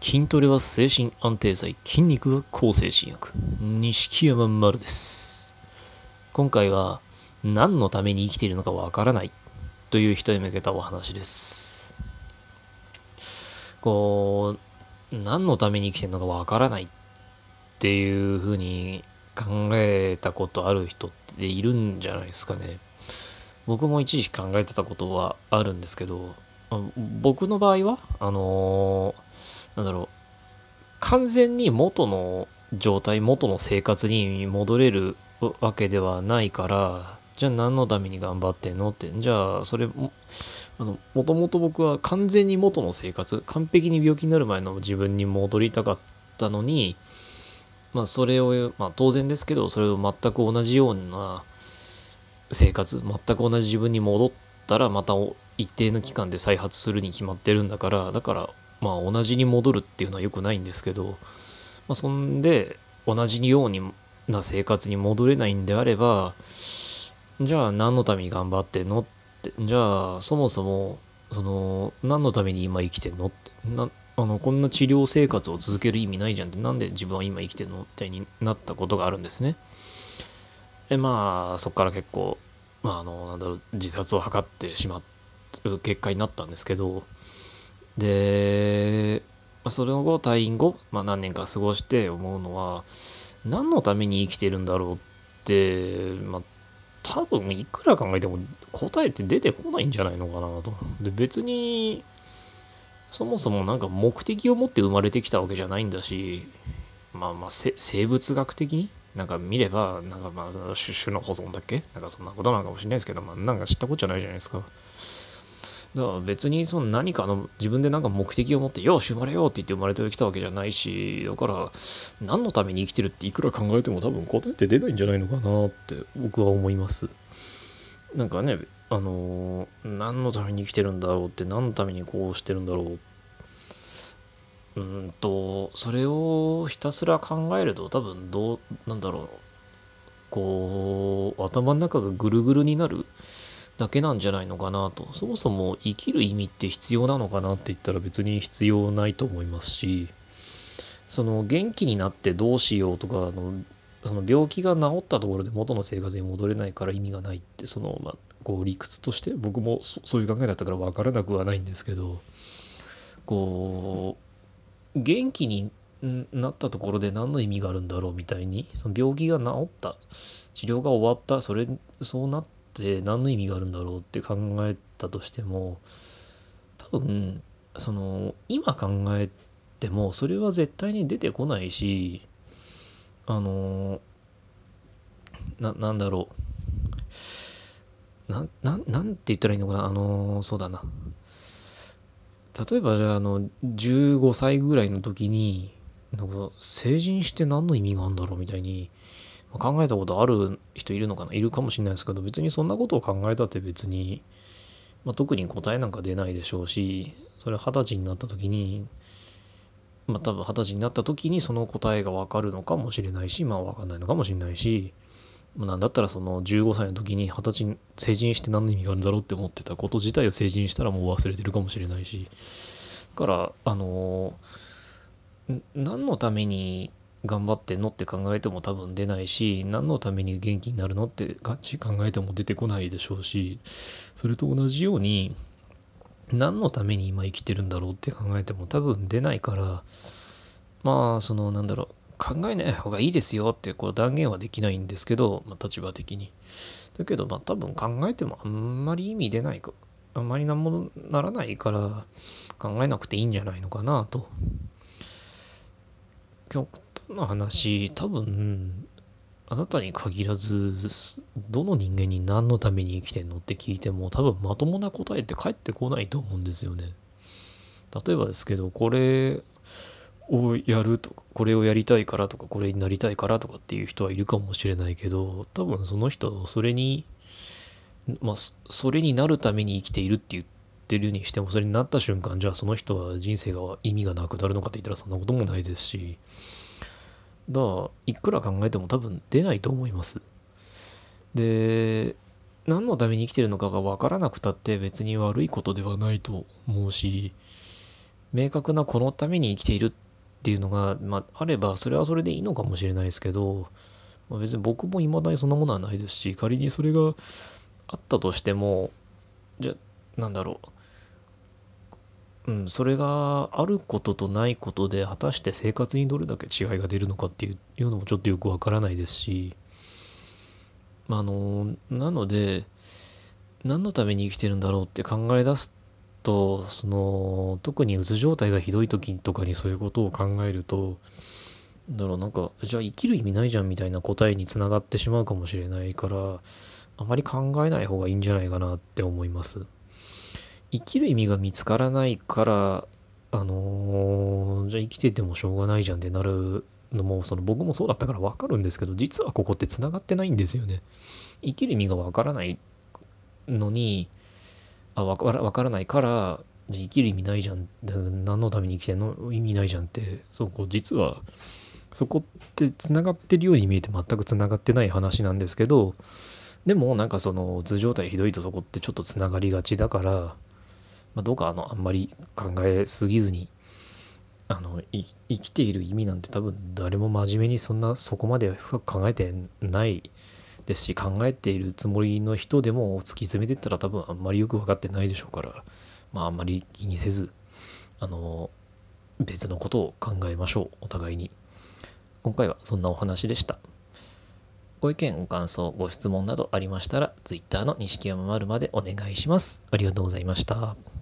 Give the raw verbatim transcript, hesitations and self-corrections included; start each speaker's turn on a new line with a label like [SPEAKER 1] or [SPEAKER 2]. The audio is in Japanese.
[SPEAKER 1] 筋トレは精神安定剤、筋肉は抗精神薬。錦山丸です。今回は何のために生きているのかわからないという人へ向けたお話です。こう、何のために生きているのかわからないっていう風に考えたことある人っているんじゃないですかね。僕も一時期考えてたことはあるんですけど、僕の場合は、あのーなんだろう、完全に元の状態、元の生活に戻れるわけではないから、じゃあ何のために頑張ってんのって、じゃあそれも、あの、もともと僕は完全に元の生活、完璧に病気になる前の自分に戻りたかったのに、まあそれを、まあ当然ですけど、それを全く同じような生活、全く同じ自分に戻ったらまた一定の期間で再発するに決まってるんだから、だからまあ同じに戻るっていうのは良くないんですけど、まあ、そんで同じような生活に戻れないんであれば、じゃあ何のために頑張ってんのって、じゃあそもそもその何のために今生きてんのって、なあのこんな治療生活を続ける意味ないじゃんって、なんで自分は今生きてんのみたいになったことがあるんですね。でまあそこから結構、まああのなんだろう、自殺を図ってしまう結果になったんですけど、でそれ後退院後、まあ、何年か過ごして思うのは、何のために生きてるんだろうって、まあ多分いくら考えても答えって出てこないんじゃないのかなと。で別にそもそもなんか目的を持って生まれてきたわけじゃないんだし、まあまあ生物学的になんか見れば、なんかまあ種種の保存だっけ、なんかそんなことなのかもしれないですけど、まあなんか知ったことじゃないじゃないですか。だから別にその何かの自分でなんか目的を持ってよし生まれようって言って生まれてきたわけじゃないし、だから何のために生きてるっていくら考えても多分答えって出ないんじゃないのかなって僕は思います。なんかね、あのー、何のために生きてるんだろうって、何のためにこうしてるんだろう、うーんとそれをひたすら考えると多分どうなんだろう、こう頭の中がぐるぐるになるだけなんじゃないのかなと。そもそも生きる意味って必要なのかなって言ったら別に必要ないと思いますし、その元気になってどうしようとか、あのその病気が治ったところで元の生活に戻れないから意味がないって、そのまあこう理屈として僕も そ, そういう考えだったから分からなくはないんですけど、こう元気になったところで何の意味があるんだろうみたいに、その病気が治った、治療が終わった、それそうなって何の意味があるんだろうって考えたとしても、多分その今考えてもそれは絶対に出てこないし、あのななんだろう、なななんて言ったらいいのかな、あのそうだな、例えばじゃあ、あのじゅうごさいぐらいの時になんか成人して何の意味があるんだろうみたいに考えたことある人いるのかな、いるかもしれないですけど、別にそんなことを考えたって別に、まあ、特に答えなんか出ないでしょうし、それ二十歳になった時に、まあ多分二十歳になった時にその答えが分かるのかもしれないし、まあ分かんないのかもしれないし、なんだったらそのじゅうごさいの時に二十歳に成人して何の意味があるんだろうって思ってたこと自体を成人したらもう忘れてるかもしれないし、だからあのー、何のために頑張ってんのって考えても多分出ないし、何のために元気になるのってガチ考えても出てこないでしょうし、それと同じように何のために今生きてるんだろうって考えても多分出ないから、まあそのなんだろう、考えない方がいいですよってこう断言はできないんですけど、まあ、立場的にだけど、まあ多分考えてもあんまり意味出ないか、あんまり何もならないから考えなくていいんじゃないのかなと。極端な話、多分あなたに限らずどの人間に何のために生きてんのって聞いても多分まともな答えって返ってこないと思うんですよね。例えばですけど、これをやるとか、これをやりたいからとか、これになりたいからとかっていう人はいるかもしれないけど、多分その人それにまあそれになるために生きているって言ってるにしても、それになった瞬間じゃあその人は人生が意味がなくなるのかって言ったらそんなこともないですし、だからいくら考えても多分出ないと思います。で、何のために生きてるのかが分からなくたって別に悪いことではないと思うし、 明確なこのために生きているっていうのが、まあ、あればそれはそれでいいのかもしれないですけど、まあ、別に僕も未だにそんなものはないですし、仮にそれがあったとしても、じゃあなんだろう、うん、それがあることとないことで果たして生活にどれだけ違いが出るのかっていういうのもちょっとよくわからないですし、まあ、あのなので何のために生きてるんだろうって考え出すと、その特にうつ状態がひどい時とかにそういうことを考えると、なんだろう、なんかじゃあ生きる意味ないじゃんみたいな答えにつながってしまうかもしれないから、あまり考えない方がいいんじゃないかなって思います。生きる意味が見つからないから、あのーじゃあ生きててもしょうがないじゃんってなるのも、その僕もそうだったからわかるんですけど、実はここってつながってないんですよね。生きる意味がわからないのに、あ、わからわからないから、じゃあ生きる意味ないじゃん。何のために生きてんの意味ないじゃんって、そうこう実はそこってつながってるように見えて全くつながってない話なんですけど、でもなんかその図状態ひどいとそこってちょっとつながりがちだから、まあ、どうかあのあんまり考えすぎずに、あの生きている意味なんて多分誰も真面目にそんなそこまで深く考えてないですし、考えているつもりの人でも突き詰めていったら多分あんまりよく分かってないでしょうから、まああんまり気にせず、あの別のことを考えましょう、お互いに。今回はそんなお話でした。ご意見、ご感想、ご質問などありましたら、Twitter の錦山丸までお願いします。ありがとうございました。